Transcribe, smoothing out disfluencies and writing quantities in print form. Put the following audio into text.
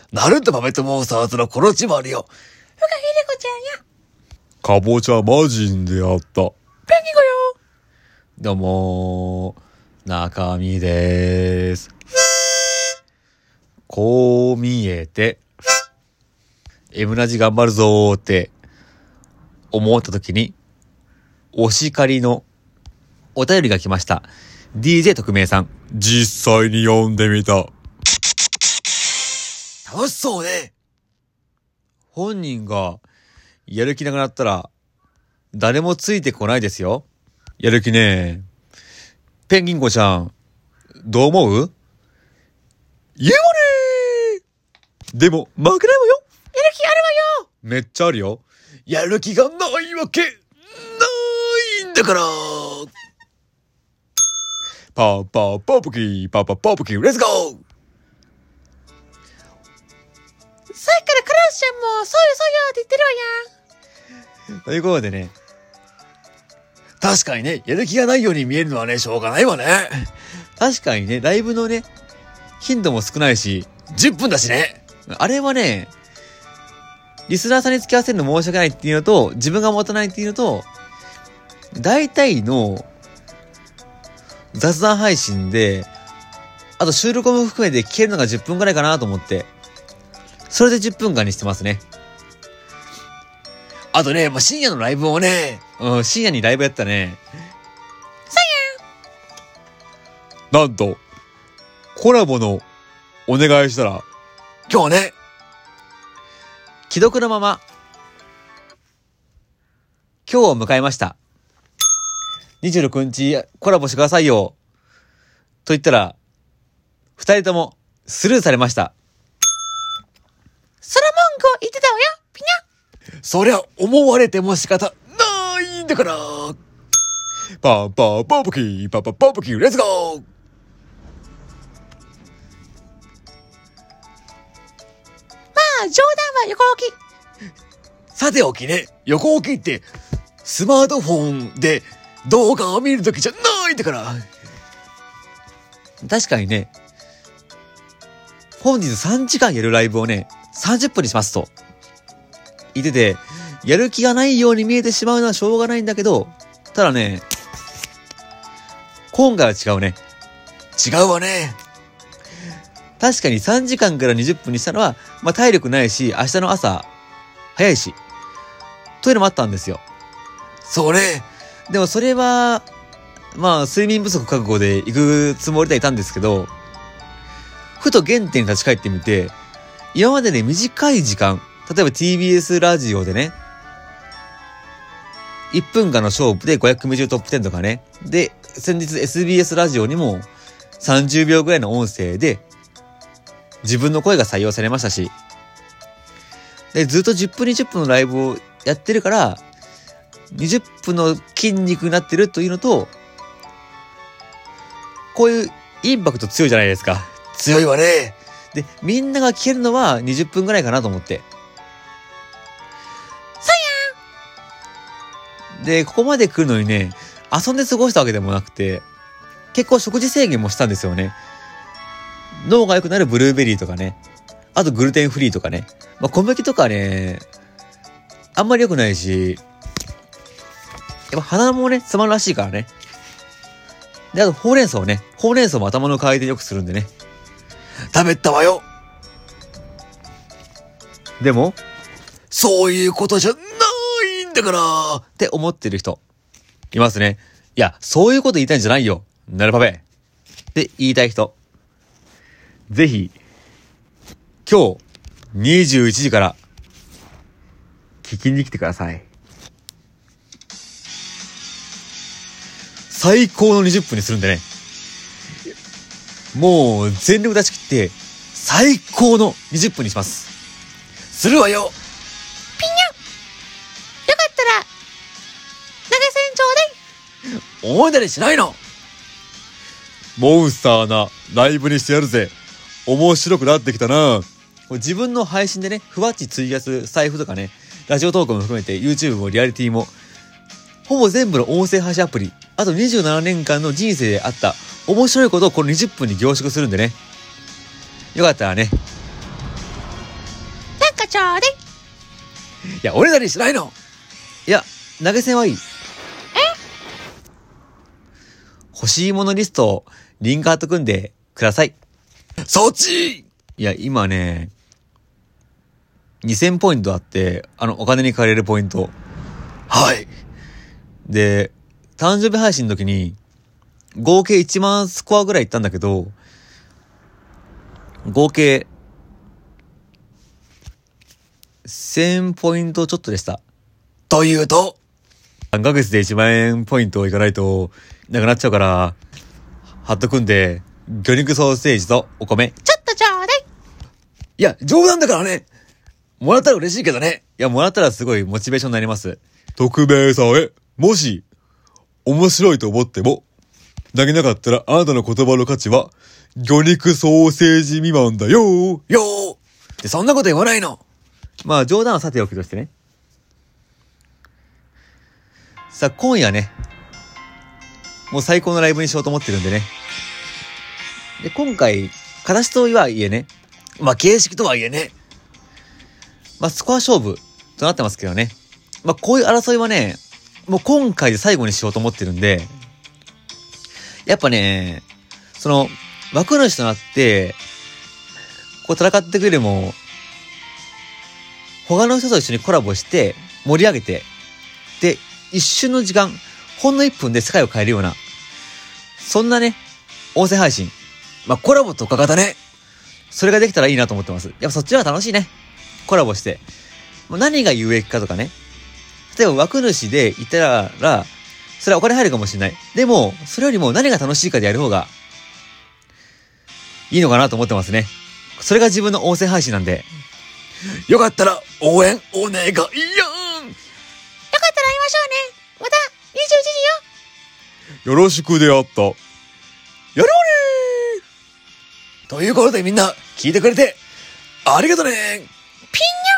ナルトパペットモンスターズのコロチマルよ。 ふかひでこちゃんや。 かぼちゃ魔人であった。 ペンギンごよ。 どうも中身でーす。こう見えて、M ラジ頑張るぞーって思った時に、お叱りのお便りが来ました。DJ 特命さん。 実際に読んでみた。 楽しそうね。本人がやる気なくなったら誰もついてこないですよ。やる気ね。ペンギン子ちゃん、どう思う？言うわねー。でも負けないわよ。 やる気あるわよ。 めっちゃあるよ。やる気がないわけないんだから。パーパーパープキーパーパーパープキーレッツゴー。 さっきからカラスちゃんもそうよそうよって言ってるわや。 ということでね、確かにね、やる気がないように見えるのはね、しょうがないわね。確かにね、ライブのね、頻度も少ないし、10分だしね。あれはね、リスナーさんに付き合わせるの申し訳ないっていうのと、自分が持たないっていうのと、大体の雑談配信で、あと収録も含めて聞けるのが10分くらいかなと思って、それで10分間にしてますね。あとね、深夜のライブをね、深夜にライブやったね。 なんと、コラボのお願いしたら、 今日ね、既読のまま、今日を迎えました。26日コラボしてくださいよ。と言ったら、二人ともスルーされました。 その文句を言ってたわよ、ピニャ。 そりゃ思われても仕方ないんだから。 パーパーパープキーパーパーパープキーレッツゴー。 まあ冗談は横置き。 さておきね、横置きってスマートフォンで動画を見るときじゃないんだから。確かにね、本日3時間やるライブをね、30分にしますと言ってて、やる気がないように見えてしまうのはしょうがないんだけど、ただね、今回は違うね。違うわね。確かに3時間から20分にしたのは、体力ないし、明日の朝早いし、というのもあったんですよ。そうね。でもそれは睡眠不足覚悟で行くつもりではいたんですけど、ふと原点に立ち返ってみて、今までね、短い時間、例えば TBS ラジオでね、1分間の勝負で500組中トップ10とかね、で、先日 SBS ラジオにも30秒ぐらいの音声で自分の声が採用されましたし、で、ずっと10分20分のライブをやってるから、20分の筋肉になってるというのと、こういうインパクト強いじゃないですか。強いわね。で、みんなが聞けるのは20分ぐらいかなと思って。 そうや。 で、ここまで来るのにね、遊んで過ごしたわけでもなくて、結構食事制限もしたんですよね。脳が良くなるブルーベリーとかね、あとグルテンフリーとかね、小麦とかね、あんまり良くないし、やっぱ鼻もね、つまるらしいからね。で、あとほうれん草も頭の回転良くするんでね。食べたわよ。でも、そういうことじゃないんだからって思ってる人、いますね。いや、そういうこと言いたいんじゃないよ。なるパペって言いたい人。ぜひ、今日21時から聞きに来てください。最高の20分にするんでね。もう全力出し切って最高の20分にします。するわよ。 ピニャ。よかったら投げ銭ちょうだい。 思い出りしないの。 モンスターなライブにしてやるぜ。面白くなってきたな。 自分の配信でね、ふわっちツイキャス、スタイフとかね、ラジオトークも含めて YouTube もリアリティも、ほぼ全部の音声配信アプリ、あと27年間の人生であった面白いことをこの20分に凝縮するんでね。よかったらね、 ちょうだい。 いや、おねだりしないの。いや、投げ銭はいい。欲しいものリストをリンク貼っとくんでください。そっち。いや、今ね、2000ポイントあって、お金に換えれるポイント。はい。で、誕生日配信の時に、合計1万スコアぐらいいったんだけど、合計、1000ポイントちょっとでした。というと、3ヶ月で1万円ポイントいかないと、なくなっちゃうから、貼っとくんで、魚肉ソーセージとお米。 ちょっとちょうだい。 いや、冗談だからね。もらったら嬉しいけどね。いや、もらったらすごいモチベーションになります。 匿名さえ、もし、面白いと思っても、投げなかったらあなたの言葉の価値は、魚肉ソーセージ未満だよー。 よーってそんなこと言わないの。まあ、冗談はさておきとしてね。さあ、今夜ね、もう最高のライブにしようと思ってるんでね。で、今回、形とはいえね、まあ、形式とはいえね、まあ、スコア勝負となってますけどね。まあ、こういう争いはね、もう今回で最後にしようと思ってるんで、やっぱね、その、枠主となって、こう戦ってくれるも、他の人と一緒にコラボして、盛り上げて、で、一瞬の時間、ほんの1分で世界を変えるような、そんなね、音声配信。まあ、コラボとか型ね。それができたらいいなと思ってます。やっぱそっちは楽しいね。コラボして。何が有益かとかね。例えば枠主でいたら、それはお金入るかもしれない。でも、それよりも何が楽しいかでやる方が、いいのかなと思ってますね。それが自分の音声配信なんで。よかったら応援お願いよん。 よかったら会いましょうね。また21時よ。 よろしくであった。 やろうねーということでみんな聞いてくれてありがとねー。 ピンニョ